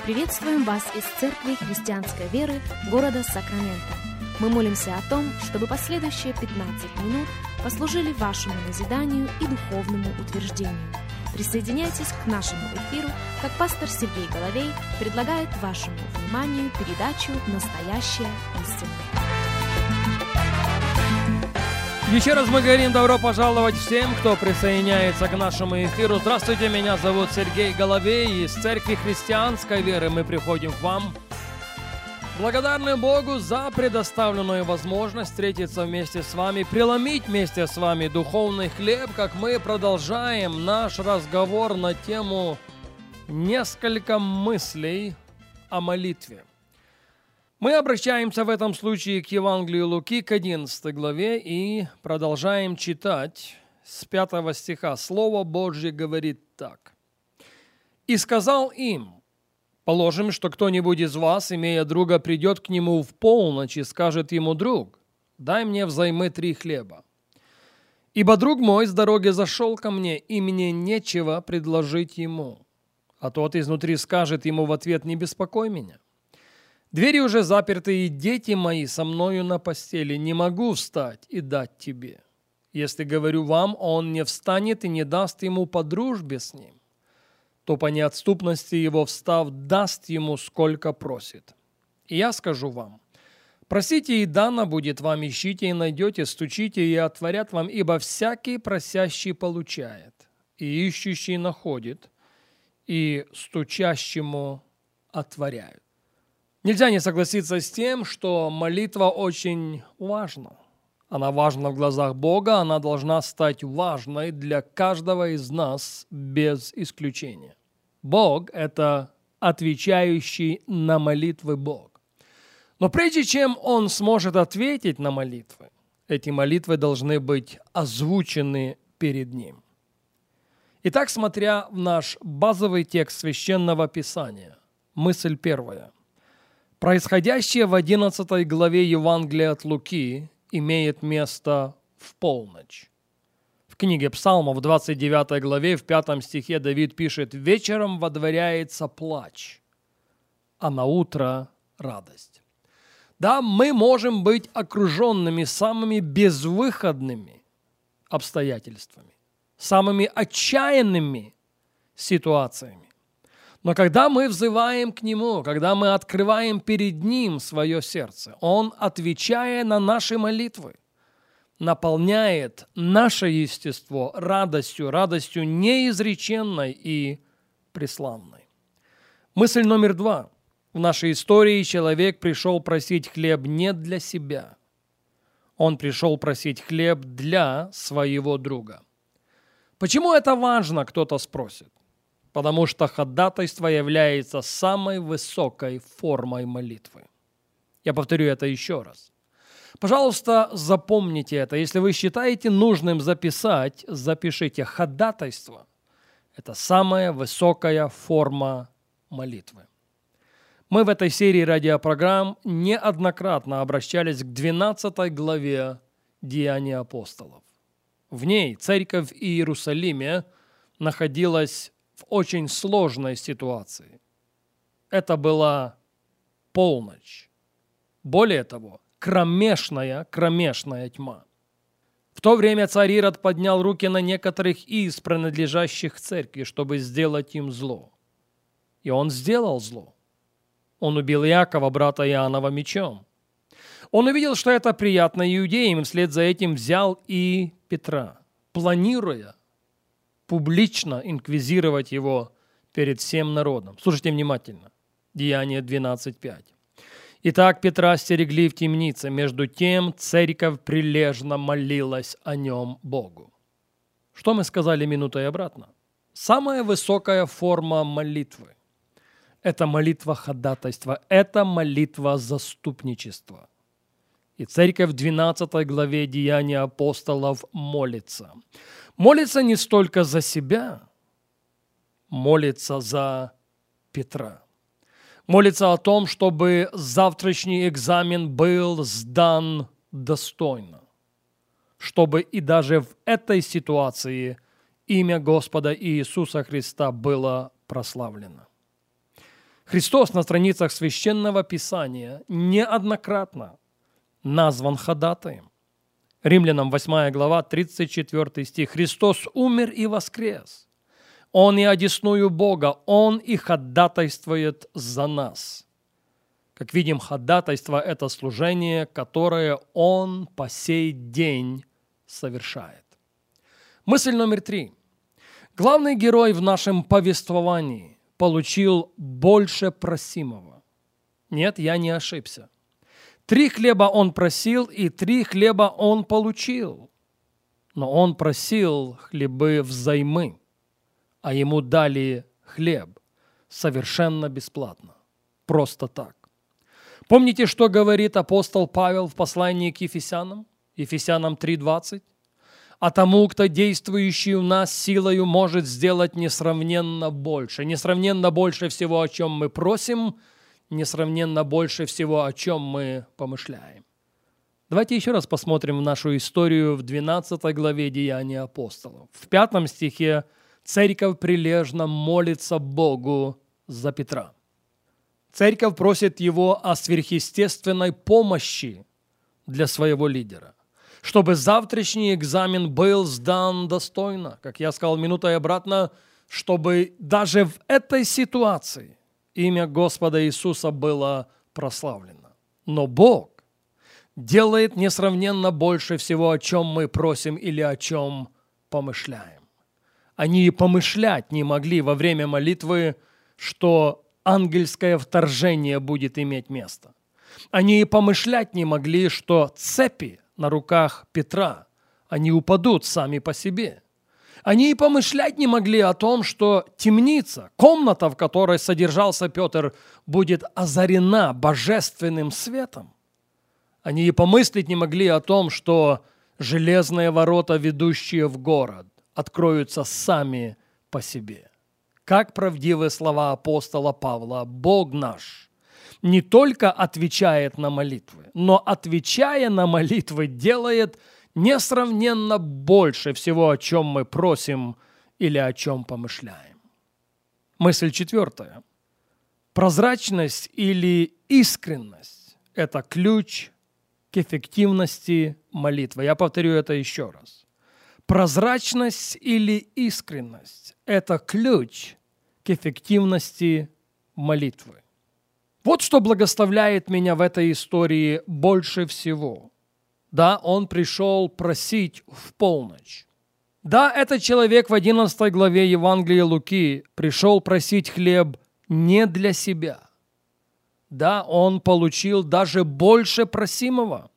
Приветствуем вас из Церкви Христианской Веры города Сакраменто. Мы молимся о том, чтобы последующие 15 минут послужили вашему назиданию и духовному утверждению. Присоединяйтесь к нашему эфиру, как пастор Сергей Головей предлагает вашему вниманию передачу «Настоящая истина». Еще раз мы говорим добро пожаловать всем, кто присоединяется к нашему эфиру. Здравствуйте, меня зовут Сергей Головей. Из Церкви Христианской Веры мы приходим к вам. Благодарны Богу за предоставленную возможность встретиться вместе с вами, преломить вместе с вами духовный хлеб, как мы продолжаем наш разговор на тему «Несколько мыслей о молитве». Мы обращаемся в этом случае к Евангелию Луки, к 11 главе, и продолжаем читать с 5 стиха. Слово Божье говорит так. «И сказал им: положим, что кто-нибудь из вас, имея друга, придет к нему в полночь и скажет ему: друг, дай мне взаймы 3 хлеба. Ибо друг мой с дороги зашел ко мне, и мне нечего предложить ему. А тот изнутри скажет ему в ответ: не беспокой меня. Двери уже заперты, и дети мои со мною на постели. Не могу встать и дать тебе. Если говорю вам, он не встанет и не даст ему по дружбе с ним, то по неотступности его, встав, даст ему, сколько просит. И я скажу вам: просите, и дано будет вам, ищите, и найдете, стучите, и отворят вам, ибо всякий просящий получает, и ищущий находит, и стучащему отворяют». Нельзя не согласиться с тем, что молитва очень важна. Она важна в глазах Бога, она должна стать важной для каждого из нас без исключения. Бог – это отвечающий на молитвы Бог. Но прежде чем Он сможет ответить на молитвы, эти молитвы должны быть озвучены перед Ним. Итак, смотря в наш базовый текст Священного Писания, мысль первая. Происходящее в 11 главе Евангелия от Луки имеет место в полночь. В книге Псалмов, в 29 главе, в 5 стихе Давид пишет: «Вечером водворяется плач, а на утро радость». Да, мы можем быть окруженными самыми безвыходными обстоятельствами, самыми отчаянными ситуациями. Но когда мы взываем к Нему, когда мы открываем перед Ним свое сердце, Он, отвечая на наши молитвы, наполняет наше естество радостью неизреченной и преславной. Мысль номер 2. В нашей истории человек пришел просить хлеб не для себя. Он пришел просить хлеб для своего друга. Почему это важно, кто-то спросит? Потому что ходатайство является самой высокой формой молитвы. Я повторю это еще раз. Пожалуйста, запомните это. Если вы считаете нужным записать, запишите: ходатайство – это самая высокая форма молитвы. Мы в этой серии радиопрограмм неоднократно обращались к 12 главе Деяний апостолов. В ней церковь в Иерусалиме находилась в очень сложной ситуации. Это была полночь. Более того, кромешная тьма. В то время царь Ирод поднял руки на некоторых из принадлежащих церкви, чтобы сделать им зло. И он сделал зло. Он убил Иакова, брата Иоаннова, мечом. Он увидел, что это приятно иудеям, и вслед за этим взял и Петра, планируя публично инквизировать его перед всем народом. Слушайте внимательно. Деяние 12:5. Итак, Петра стерегли в темнице. Между тем церковь прилежно молилась о нем Богу. Что мы сказали минутой обратно? Самая высокая форма молитвы – это молитва ходатайства, это молитва заступничества. И церковь в 12 главе Деяний апостолов молится. Молится не столько за себя, молится за Петра. Молится о том, чтобы завтрашний экзамен был сдан достойно, чтобы и даже в этой ситуации имя Господа Иисуса Христа было прославлено. Христос на страницах Священного Писания неоднократно назван ходатаем. Римлянам 8 глава, 34 стих. «Христос умер и воскрес. Он и одесную Бога, Он и ходатайствует за нас». Как видим, ходатайство – это служение, которое Он по сей день совершает. Мысль номер 3. Главный герой в нашем повествовании получил больше просимого. Нет, я не ошибся. 3 хлеба он просил, и 3 хлеба он получил. Но он просил хлебы взаймы, а ему дали хлеб совершенно бесплатно. Просто так. Помните, что говорит апостол Павел в послании к Ефесянам? Ефесянам 3:20. «А тому, кто действующий у нас силою, может сделать несравненно больше всего, о чем мы просим, несравненно больше всего, о чем мы помышляем». Давайте еще раз посмотрим в нашу историю в 12 главе Деяний апостолов. В 5 стихе церковь прилежно молится Богу за Петра. Церковь просит его о сверхъестественной помощи для своего лидера, чтобы завтрашний экзамен был сдан достойно, как я сказал минутой обратно, чтобы даже в этой ситуации имя Господа Иисуса было прославлено. Но Бог делает несравненно больше всего, о чем мы просим или о чем помышляем. Они и помышлять не могли во время молитвы, что ангельское вторжение будет иметь место. Они и помышлять не могли, что цепи на руках Петра, они упадут сами по себе. Они и помышлять не могли о том, что темница, комната, в которой содержался Петр, будет озарена божественным светом. Они и помыслить не могли о том, что железные ворота, ведущие в город, откроются сами по себе. Как правдивы слова апостола Павла, Бог наш не только отвечает на молитвы, но, отвечая на молитвы, делает несравненно больше всего, о чем мы просим или о чем помышляем. Мысль 4. Прозрачность или искренность – это ключ к эффективности молитвы. Я повторю это еще раз. Прозрачность или искренность – это ключ к эффективности молитвы. Вот что благословляет меня в этой истории больше всего. Да, он пришел просить в полночь. Да, этот человек в 11 главе Евангелия Луки пришел просить хлеб не для себя. Да, он получил даже больше просимого.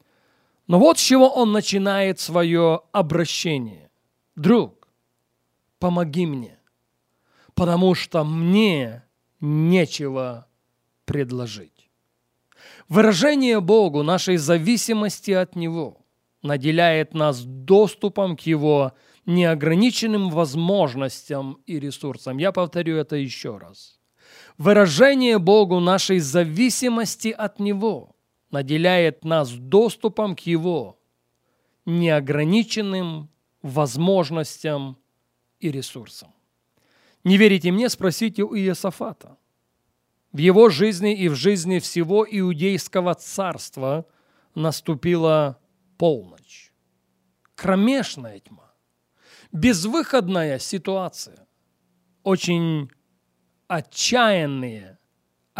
Но вот с чего он начинает свое обращение. «Друг, помоги мне, потому что мне нечего предложить». Выражение Богу нашей зависимости от Него наделяет нас доступом к Его неограниченным возможностям и ресурсам. Я повторю это еще раз. Выражение Богу нашей зависимости от Него наделяет нас доступом к Его неограниченным возможностям и ресурсам. Не верите мне? Спросите у Иосафата. В его жизни и в жизни всего иудейского царства наступила полночь. Кромешная тьма. Безвыходная ситуация. Очень отчаянные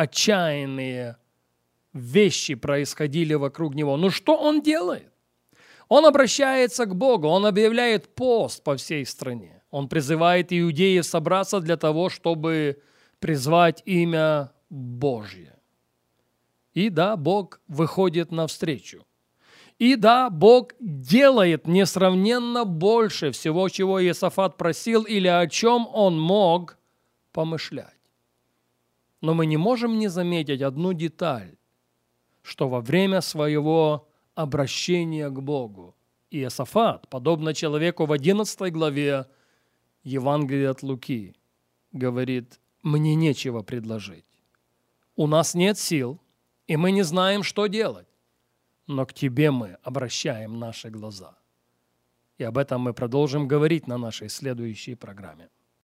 вещи происходили вокруг него. Ну что он делает? Он обращается к Богу, он объявляет пост по всей стране. Он призывает иудеев собраться для того, чтобы призвать имя Божье. И да, Бог выходит навстречу. И да, Бог делает несравненно больше всего, чего Иосафат просил или о чем он мог помышлять. Но мы не можем не заметить одну деталь, что во время своего обращения к Богу Иосафат, подобно человеку в 11 главе Евангелия от Луки, говорит: «Мне нечего предложить. У нас нет сил, и мы не знаем, что делать. Но к Тебе мы обращаем наши глаза». И об этом мы продолжим говорить на нашей следующей программе.